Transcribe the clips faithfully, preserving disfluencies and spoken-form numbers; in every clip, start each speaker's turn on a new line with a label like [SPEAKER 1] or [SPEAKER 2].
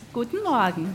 [SPEAKER 1] Guten Morgen.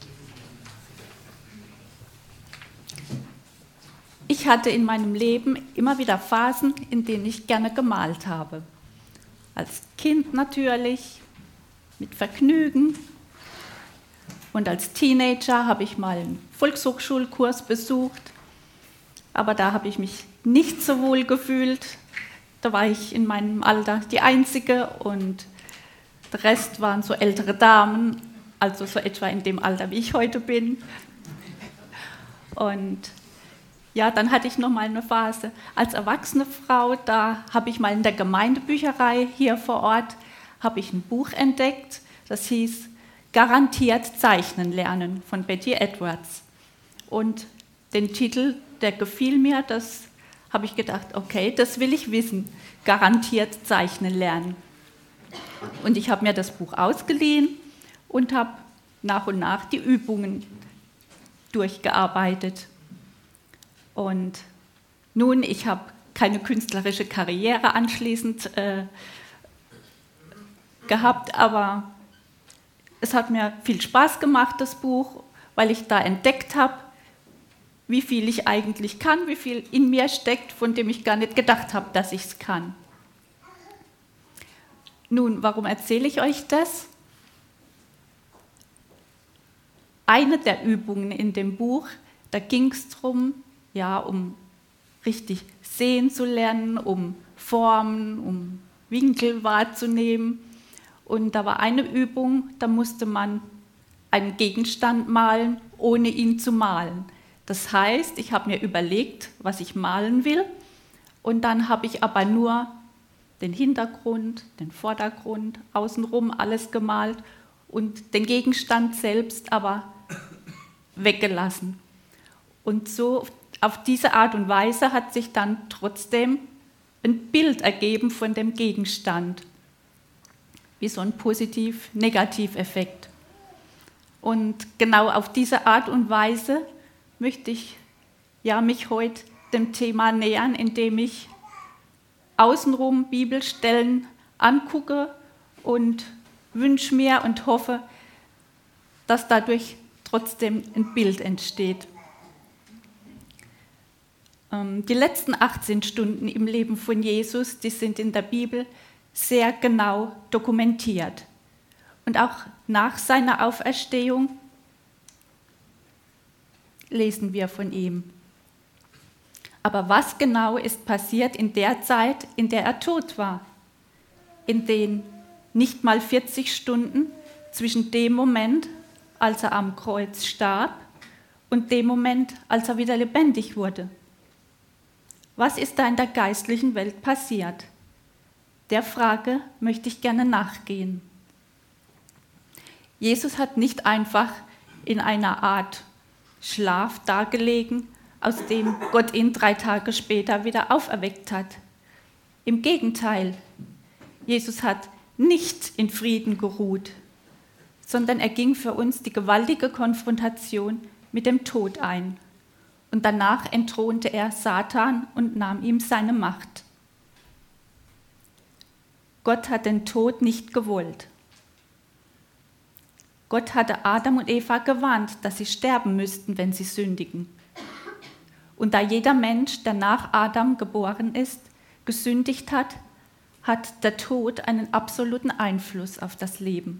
[SPEAKER 1] Ich hatte in meinem Leben immer wieder Phasen, in denen ich gerne gemalt habe. Als Kind natürlich, mit Vergnügen. Und als Teenager habe ich mal einen Volkshochschulkurs besucht. Aber da habe ich mich nicht so wohl gefühlt. Da war ich in meinem Alter die Einzige und der Rest waren so ältere Damen, also so etwa in dem Alter, wie ich heute bin. Und ja, dann hatte ich noch mal eine Phase als erwachsene Frau, da habe ich mal in der Gemeindebücherei hier vor Ort, habe ich ein Buch entdeckt, das hieß Garantiert Zeichnen lernen von Betty Edwards. Und den Titel, der gefiel mir, das habe ich gedacht, okay, das will ich wissen, garantiert zeichnen lernen. Und ich habe mir das Buch ausgeliehen und habe nach und nach die Übungen durchgearbeitet. Und nun, ich habe keine künstlerische Karriere anschließend äh, gehabt, aber es hat mir viel Spaß gemacht, das Buch, weil ich da entdeckt habe, wie viel ich eigentlich kann, wie viel in mir steckt, von dem ich gar nicht gedacht habe, dass ich es kann. Nun, warum erzähle ich euch das? Eine der Übungen in dem Buch, da ging es darum, ja, um richtig sehen zu lernen, um Formen, um Winkel wahrzunehmen. Und da war eine Übung, da musste man einen Gegenstand malen, ohne ihn zu malen. Das heißt, ich habe mir überlegt, was ich malen will, und dann habe ich aber nur den Hintergrund, den Vordergrund, außenrum alles gemalt und den Gegenstand selbst aber weggelassen. Und so auf diese Art und Weise hat sich dann trotzdem ein Bild ergeben von dem Gegenstand, wie so ein Positiv-Negativ-Effekt. Und genau auf diese Art und Weise möchte ich ja, mich heute dem Thema nähern, indem ich außenrum Bibelstellen angucke und wünsche mir und hoffe, dass dadurch trotzdem ein Bild entsteht. Die letzten achtzehn Stunden im Leben von Jesus, die sind in der Bibel sehr genau dokumentiert. Und auch nach seiner Auferstehung lesen wir von ihm. Aber was genau ist passiert in der Zeit, in der er tot war? In den nicht mal vierzig Stunden zwischen dem Moment, als er am Kreuz starb, und dem Moment, als er wieder lebendig wurde. Was ist da in der geistlichen Welt passiert? Der Frage möchte ich gerne nachgehen. Jesus hat nicht einfach in einer Art Schlaf dagelegen, aus dem Gott ihn drei Tage später wieder auferweckt hat. Im Gegenteil, Jesus hat nicht in Frieden geruht, sondern er ging für uns die gewaltige Konfrontation mit dem Tod ein. Und danach entthronte er Satan und nahm ihm seine Macht. Gott hat den Tod nicht gewollt. Gott hatte Adam und Eva gewarnt, dass sie sterben müssten, wenn sie sündigen. Und da jeder Mensch, der nach Adam geboren ist, gesündigt hat, hat der Tod einen absoluten Einfluss auf das Leben.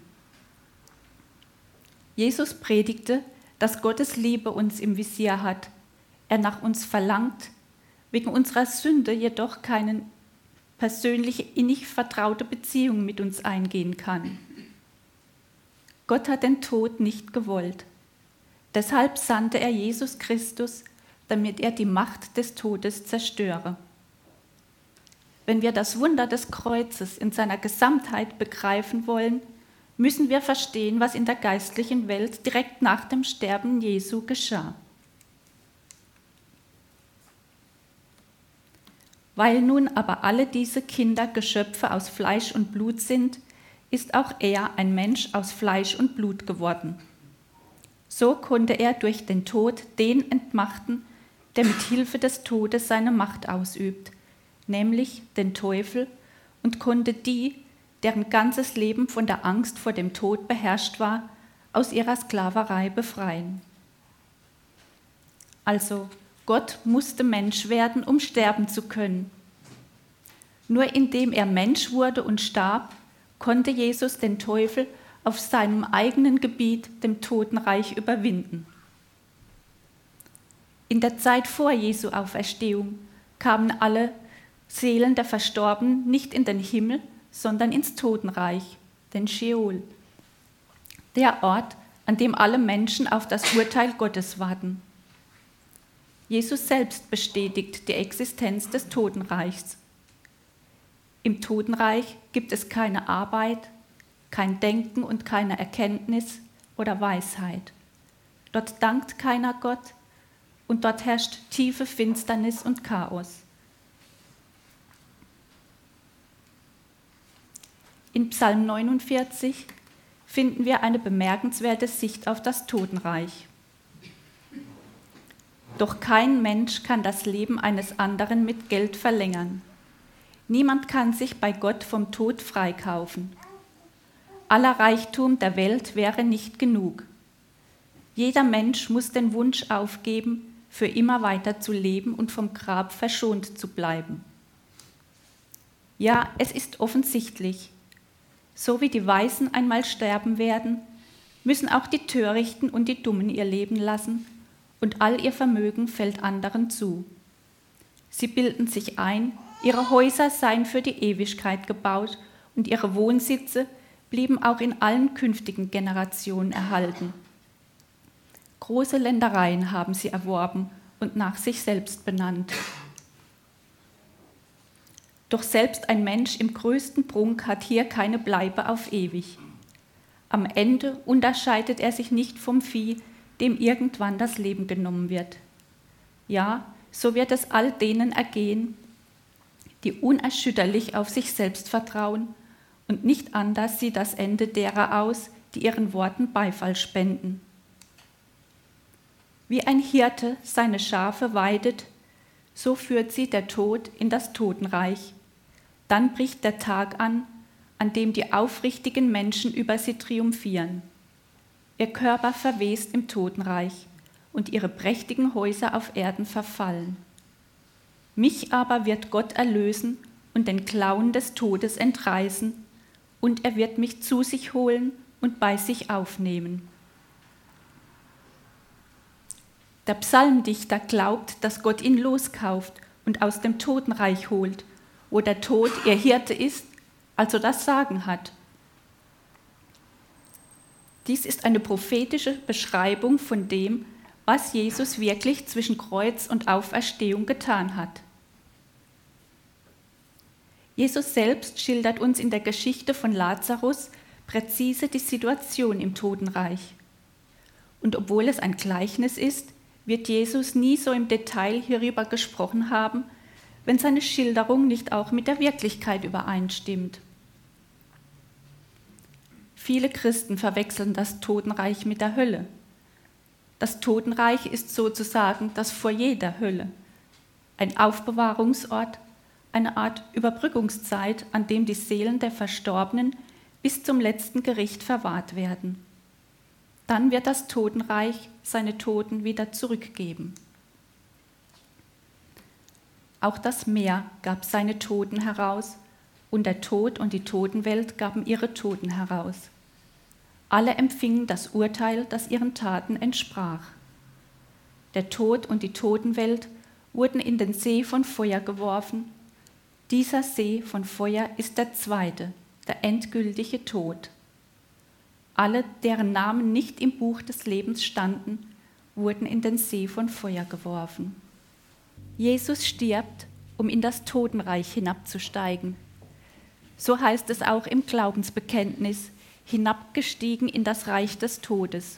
[SPEAKER 1] Jesus predigte, dass Gottes Liebe uns im Visier hat, er nach uns verlangt, wegen unserer Sünde jedoch keine persönliche, innig vertraute Beziehung mit uns eingehen kann. Gott hat den Tod nicht gewollt. Deshalb sandte er Jesus Christus, damit er die Macht des Todes zerstöre. Wenn wir das Wunder des Kreuzes in seiner Gesamtheit begreifen wollen, müssen wir verstehen, was in der geistlichen Welt direkt nach dem Sterben Jesu geschah. Weil nun aber alle diese Kinder Geschöpfe aus Fleisch und Blut sind, ist auch er ein Mensch aus Fleisch und Blut geworden. So konnte er durch den Tod den entmachten, der mit Hilfe des Todes seine Macht ausübt, nämlich den Teufel, und konnte die, deren ganzes Leben von der Angst vor dem Tod beherrscht war, aus ihrer Sklaverei befreien. Also Gott musste Mensch werden, um sterben zu können. Nur indem er Mensch wurde und starb, konnte Jesus den Teufel auf seinem eigenen Gebiet, dem Totenreich, überwinden. In der Zeit vor Jesu Auferstehung kamen alle Seelen der Verstorbenen nicht in den Himmel, sondern ins Totenreich, den Scheol, der Ort, an dem alle Menschen auf das Urteil Gottes warten. Jesus selbst bestätigt die Existenz des Totenreichs. Im Totenreich gibt es keine Arbeit, kein Denken und keine Erkenntnis oder Weisheit. Dort dankt keiner Gott und dort herrscht tiefe Finsternis und Chaos. In Psalm neunundvierzig finden wir eine bemerkenswerte Sicht auf das Totenreich. Doch kein Mensch kann das Leben eines anderen mit Geld verlängern. Niemand kann sich bei Gott vom Tod freikaufen. Aller Reichtum der Welt wäre nicht genug. Jeder Mensch muss den Wunsch aufgeben, für immer weiter zu leben und vom Grab verschont zu bleiben. Ja, es ist offensichtlich. So wie die Weisen einmal sterben werden, müssen auch die Törichten und die Dummen ihr Leben lassen, und all ihr Vermögen fällt anderen zu. Sie bilden sich ein, ihre Häuser seien für die Ewigkeit gebaut und ihre Wohnsitze blieben auch in allen künftigen Generationen erhalten. Große Ländereien haben sie erworben und nach sich selbst benannt. Doch selbst ein Mensch im größten Prunk hat hier keine Bleibe auf ewig. Am Ende unterscheidet er sich nicht vom Vieh, dem irgendwann das Leben genommen wird. Ja, so wird es all denen ergehen, die unerschütterlich auf sich selbst vertrauen, und nicht anders sieht das Ende derer aus, die ihren Worten Beifall spenden. Wie ein Hirte seine Schafe weidet, so führt sie der Tod in das Totenreich. Dann bricht der Tag an, an dem die aufrichtigen Menschen über sie triumphieren. Ihr Körper verwest im Totenreich und ihre prächtigen Häuser auf Erden verfallen. Mich aber wird Gott erlösen und den Klauen des Todes entreißen, und er wird mich zu sich holen und bei sich aufnehmen. Der Psalmdichter glaubt, dass Gott ihn loskauft und aus dem Totenreich holt, wo der Tod ihr Hirte ist, also das Sagen hat. Dies ist eine prophetische Beschreibung von dem, was Jesus wirklich zwischen Kreuz und Auferstehung getan hat. Jesus selbst schildert uns in der Geschichte von Lazarus präzise die Situation im Totenreich. Und obwohl es ein Gleichnis ist, wird Jesus nie so im Detail hierüber gesprochen haben, wenn seine Schilderung nicht auch mit der Wirklichkeit übereinstimmt. Viele Christen verwechseln das Totenreich mit der Hölle. Das Totenreich ist sozusagen das Foyer der Hölle, ein Aufbewahrungsort, eine Art Überbrückungszeit, an dem die Seelen der Verstorbenen bis zum letzten Gericht verwahrt werden. Dann wird das Totenreich seine Toten wieder zurückgeben. Auch das Meer gab seine Toten heraus, und der Tod und die Totenwelt gaben ihre Toten heraus. Alle empfingen das Urteil, das ihren Taten entsprach. Der Tod und die Totenwelt wurden in den See von Feuer geworfen. Dieser See von Feuer ist der zweite, der endgültige Tod. Alle, deren Namen nicht im Buch des Lebens standen, wurden in den See von Feuer geworfen. Jesus stirbt, um in das Totenreich hinabzusteigen. So heißt es auch im Glaubensbekenntnis, hinabgestiegen in das Reich des Todes.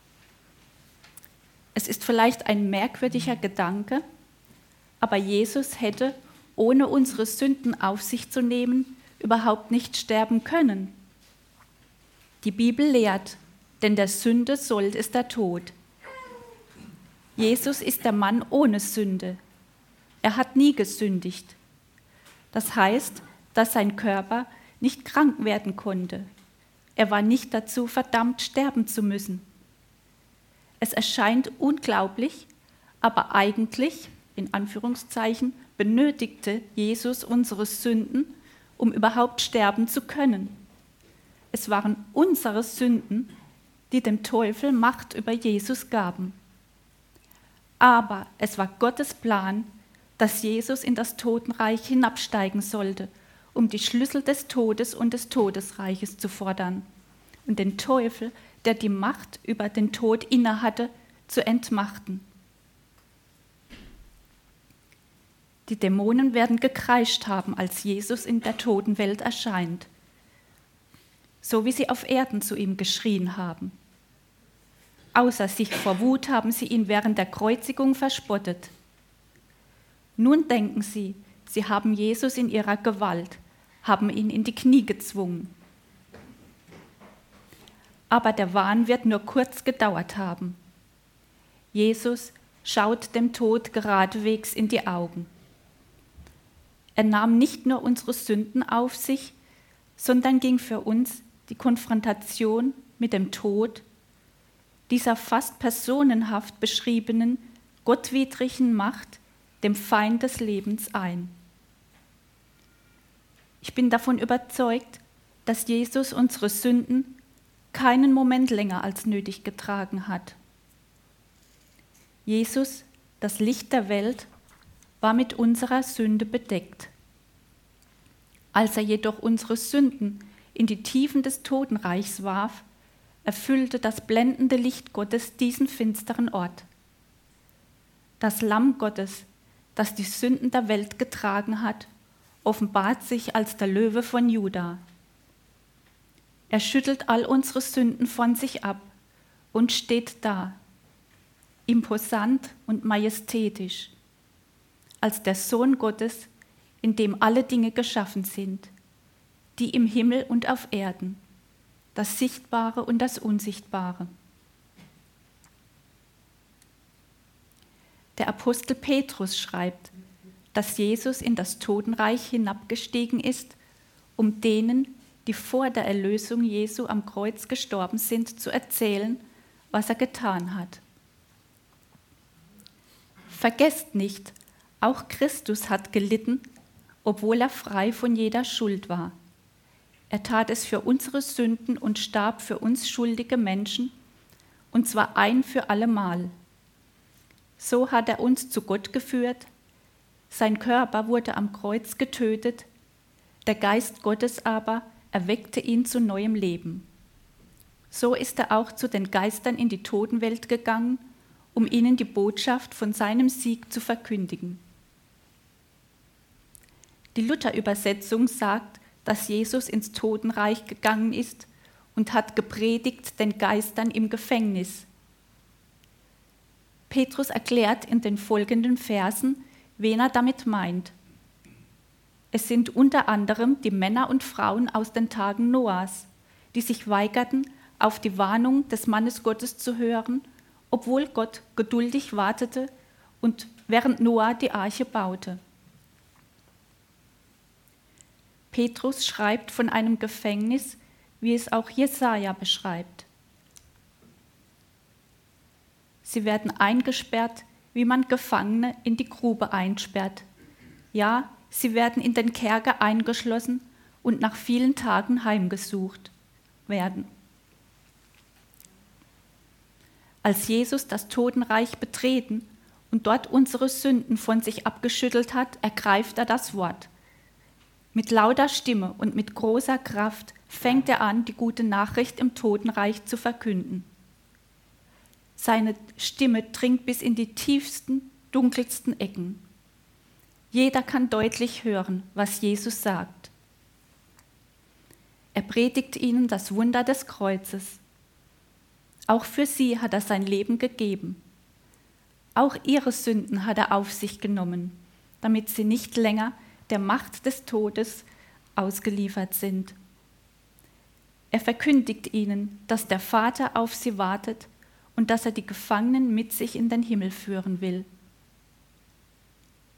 [SPEAKER 1] Es ist vielleicht ein merkwürdiger Gedanke, aber Jesus hätte, ohne unsere Sünden auf sich zu nehmen, überhaupt nicht sterben können. Die Bibel lehrt, denn der Sünde Sold ist der Tod. Jesus ist der Mann ohne Sünde. Er hat nie gesündigt. Das heißt, dass sein Körper nicht krank werden konnte. Er war nicht dazu verdammt, sterben zu müssen. Es erscheint unglaublich, aber eigentlich, in Anführungszeichen, benötigte Jesus unsere Sünden, um überhaupt sterben zu können. Es waren unsere Sünden, die dem Teufel Macht über Jesus gaben. Aber es war Gottes Plan, dass Jesus in das Totenreich hinabsteigen sollte, um die Schlüssel des Todes und des Todesreiches zu fordern und den Teufel, der die Macht über den Tod innehatte, zu entmachten. Die Dämonen werden gekreischt haben, als Jesus in der Totenwelt erscheint, so wie sie auf Erden zu ihm geschrien haben. Außer sich vor Wut haben sie ihn während der Kreuzigung verspottet. Nun denken sie, sie haben Jesus in ihrer Gewalt, haben ihn in die Knie gezwungen. Aber der Wahn wird nur kurz gedauert haben. Jesus schaut dem Tod geradewegs in die Augen. Er nahm nicht nur unsere Sünden auf sich, sondern ging für uns die Konfrontation mit dem Tod, dieser fast personenhaft beschriebenen, gottwidrigen Macht, dem Feind des Lebens ein. Ich bin davon überzeugt, dass Jesus unsere Sünden keinen Moment länger als nötig getragen hat. Jesus, das Licht der Welt, war mit unserer Sünde bedeckt. Als er jedoch unsere Sünden in die Tiefen des Totenreichs warf, erfüllte das blendende Licht Gottes diesen finsteren Ort. Das Lamm Gottes, das die Sünden der Welt getragen hat, offenbart sich als der Löwe von Juda. Er schüttelt all unsere Sünden von sich ab und steht da, imposant und majestätisch, als der Sohn Gottes, in dem alle Dinge geschaffen sind, die im Himmel und auf Erden, das Sichtbare und das Unsichtbare. Der Apostel Petrus schreibt, dass Jesus in das Totenreich hinabgestiegen ist, um denen, die vor der Erlösung Jesu am Kreuz gestorben sind, zu erzählen, was er getan hat. Vergesst nicht, auch Christus hat gelitten, obwohl er frei von jeder Schuld war. Er tat es für unsere Sünden und starb für uns schuldige Menschen, und zwar ein für allemal. So hat er uns zu Gott geführt, sein Körper wurde am Kreuz getötet, der Geist Gottes aber erweckte ihn zu neuem Leben. So ist er auch zu den Geistern in die Totenwelt gegangen, um ihnen die Botschaft von seinem Sieg zu verkündigen. Die Luther-Übersetzung sagt, dass Jesus ins Totenreich gegangen ist und hat gepredigt den Geistern im Gefängnis. Petrus erklärt in den folgenden Versen, wen er damit meint. Es sind unter anderem die Männer und Frauen aus den Tagen Noahs, die sich weigerten, auf die Warnung des Mannes Gottes zu hören, obwohl Gott geduldig wartete und während Noah die Arche baute. Petrus schreibt von einem Gefängnis, wie es auch Jesaja beschreibt. Sie werden eingesperrt, wie man Gefangene in die Grube einsperrt. Ja, sie werden in den Kerker eingeschlossen und nach vielen Tagen heimgesucht werden. Als Jesus das Totenreich betreten und dort unsere Sünden von sich abgeschüttelt hat, ergreift er das Wort. Mit lauter Stimme und mit großer Kraft fängt er an, die gute Nachricht im Totenreich zu verkünden. Seine Stimme dringt bis in die tiefsten, dunkelsten Ecken. Jeder kann deutlich hören, was Jesus sagt. Er predigt ihnen das Wunder des Kreuzes. Auch für sie hat er sein Leben gegeben. Auch ihre Sünden hat er auf sich genommen, damit sie nicht länger der Macht des Todes ausgeliefert sind. Er verkündigt ihnen, dass der Vater auf sie wartet und dass er die Gefangenen mit sich in den Himmel führen will.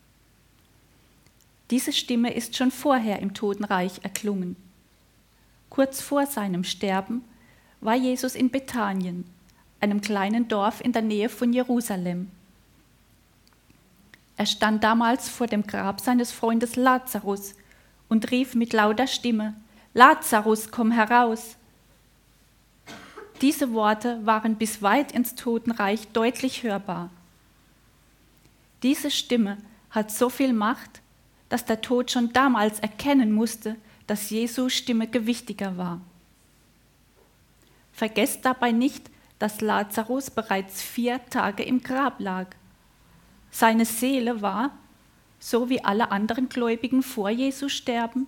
[SPEAKER 1] Diese Stimme ist schon vorher im Totenreich erklungen. Kurz vor seinem Sterben war Jesus in Bethanien, einem kleinen Dorf in der Nähe von Jerusalem. Er stand damals vor dem Grab seines Freundes Lazarus und rief mit lauter Stimme: Lazarus, komm heraus! Diese Worte waren bis weit ins Totenreich deutlich hörbar. Diese Stimme hat so viel Macht, dass der Tod schon damals erkennen musste, dass Jesu Stimme gewichtiger war. Vergesst dabei nicht, dass Lazarus bereits vier Tage im Grab lag. Seine Seele war, so wie alle anderen Gläubigen vor Jesu Sterben,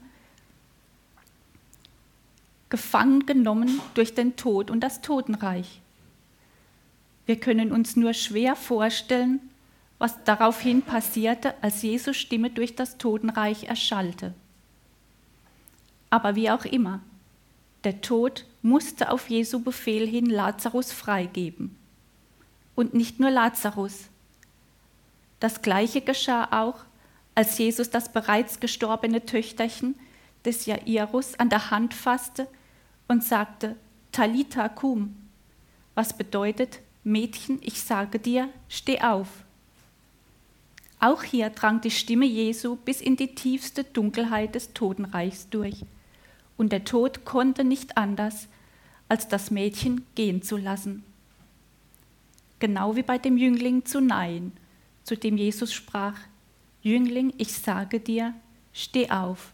[SPEAKER 1] gefangen genommen durch den Tod und das Totenreich. Wir können uns nur schwer vorstellen, was daraufhin passierte, als Jesu Stimme durch das Totenreich erschallte. Aber wie auch immer, der Tod musste auf Jesu Befehl hin Lazarus freigeben. Und nicht nur Lazarus. Das Gleiche geschah auch, als Jesus das bereits gestorbene Töchterchen des Jairus an der Hand fasste und sagte: Talitha kum, was bedeutet: Mädchen, ich sage dir, steh auf. Auch hier drang die Stimme Jesu bis in die tiefste Dunkelheit des Totenreichs durch. Und der Tod konnte nicht anders, als das Mädchen gehen zu lassen. Genau wie bei dem Jüngling zu Nain, zu dem Jesus sprach: Jüngling, ich sage dir, steh auf.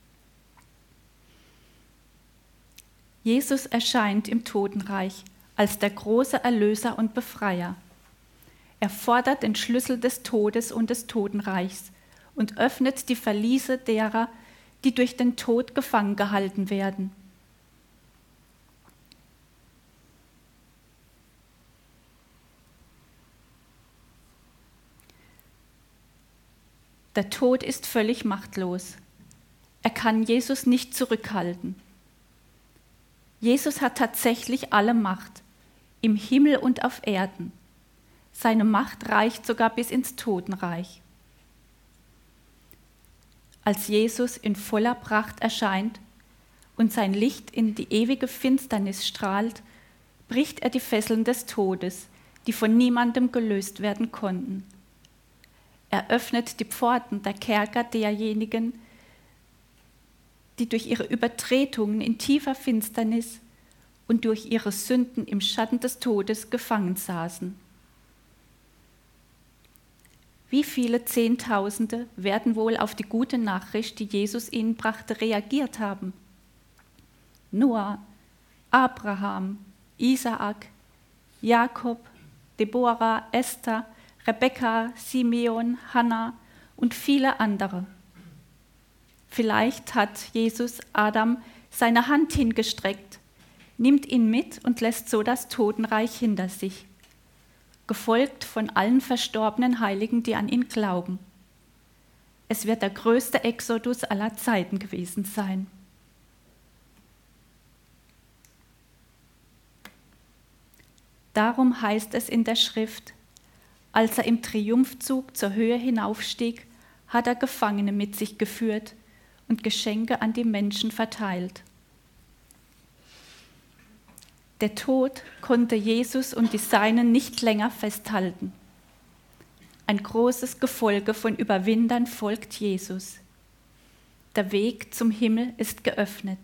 [SPEAKER 1] Jesus erscheint im Totenreich als der große Erlöser und Befreier. Er fordert den Schlüssel des Todes und des Totenreichs und öffnet die Verliese derer, die durch den Tod gefangen gehalten werden. Der Tod ist völlig machtlos. Er kann Jesus nicht zurückhalten. Jesus hat tatsächlich alle Macht, im Himmel und auf Erden. Seine Macht reicht sogar bis ins Totenreich. Als Jesus in voller Pracht erscheint und sein Licht in die ewige Finsternis strahlt, bricht er die Fesseln des Todes, die von niemandem gelöst werden konnten. Er öffnet die Pforten der Kerker derjenigen, die durch ihre Übertretungen in tiefer Finsternis und durch ihre Sünden im Schatten des Todes gefangen saßen. Wie viele Zehntausende werden wohl auf die gute Nachricht, die Jesus ihnen brachte, reagiert haben? Noah, Abraham, Isaak, Jakob, Deborah, Esther, Rebekka, Simeon, Hannah und viele andere. Vielleicht hat Jesus Adam seine Hand hingestreckt, nimmt ihn mit und lässt so das Totenreich hinter sich, gefolgt von allen verstorbenen Heiligen, die an ihn glauben. Es wird der größte Exodus aller Zeiten gewesen sein. Darum heißt es in der Schrift: Als er im Triumphzug zur Höhe hinaufstieg, hat er Gefangene mit sich geführt und Geschenke an die Menschen verteilt. Der Tod konnte Jesus und die Seinen nicht länger festhalten. Ein großes Gefolge von Überwindern folgt Jesus. Der Weg zum Himmel ist geöffnet.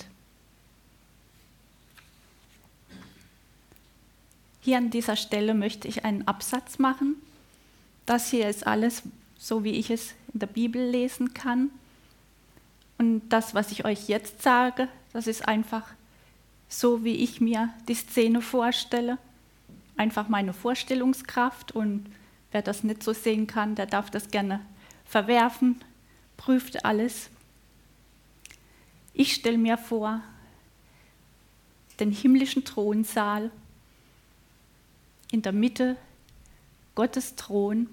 [SPEAKER 1] Hier an dieser Stelle möchte ich einen Absatz machen. Das hier ist alles so, wie ich es in der Bibel lesen kann. Und das, was ich euch jetzt sage, das ist einfach so, wie ich mir die Szene vorstelle. Einfach meine Vorstellungskraft, und wer das nicht so sehen kann, der darf das gerne verwerfen, prüft alles. Ich stelle mir vor, den himmlischen Thronsaal, in der Mitte Gottes Thron,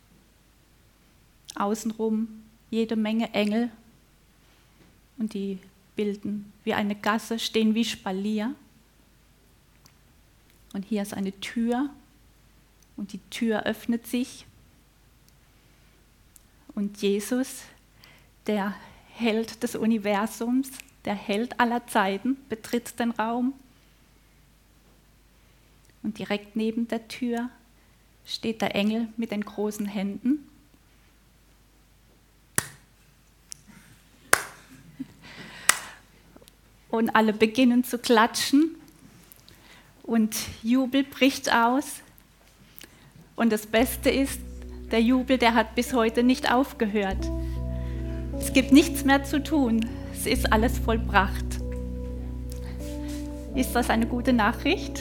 [SPEAKER 1] außenrum jede Menge Engel, und die bilden wie eine Gasse, stehen wie Spalier. Und hier ist eine Tür, und die Tür öffnet sich. Und Jesus, der Held des Universums, der Held aller Zeiten, betritt den Raum. Und direkt neben der Tür steht der Engel mit den großen Händen. Und alle beginnen zu klatschen und Jubel bricht aus. Und das Beste ist, der Jubel, der hat bis heute nicht aufgehört. Es gibt nichts mehr zu tun, es ist alles vollbracht. Ist das eine gute Nachricht?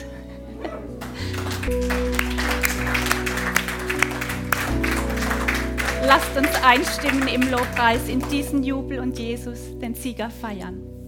[SPEAKER 1] Lasst uns einstimmen im Lobpreis in diesen Jubel und Jesus, den Sieger, feiern.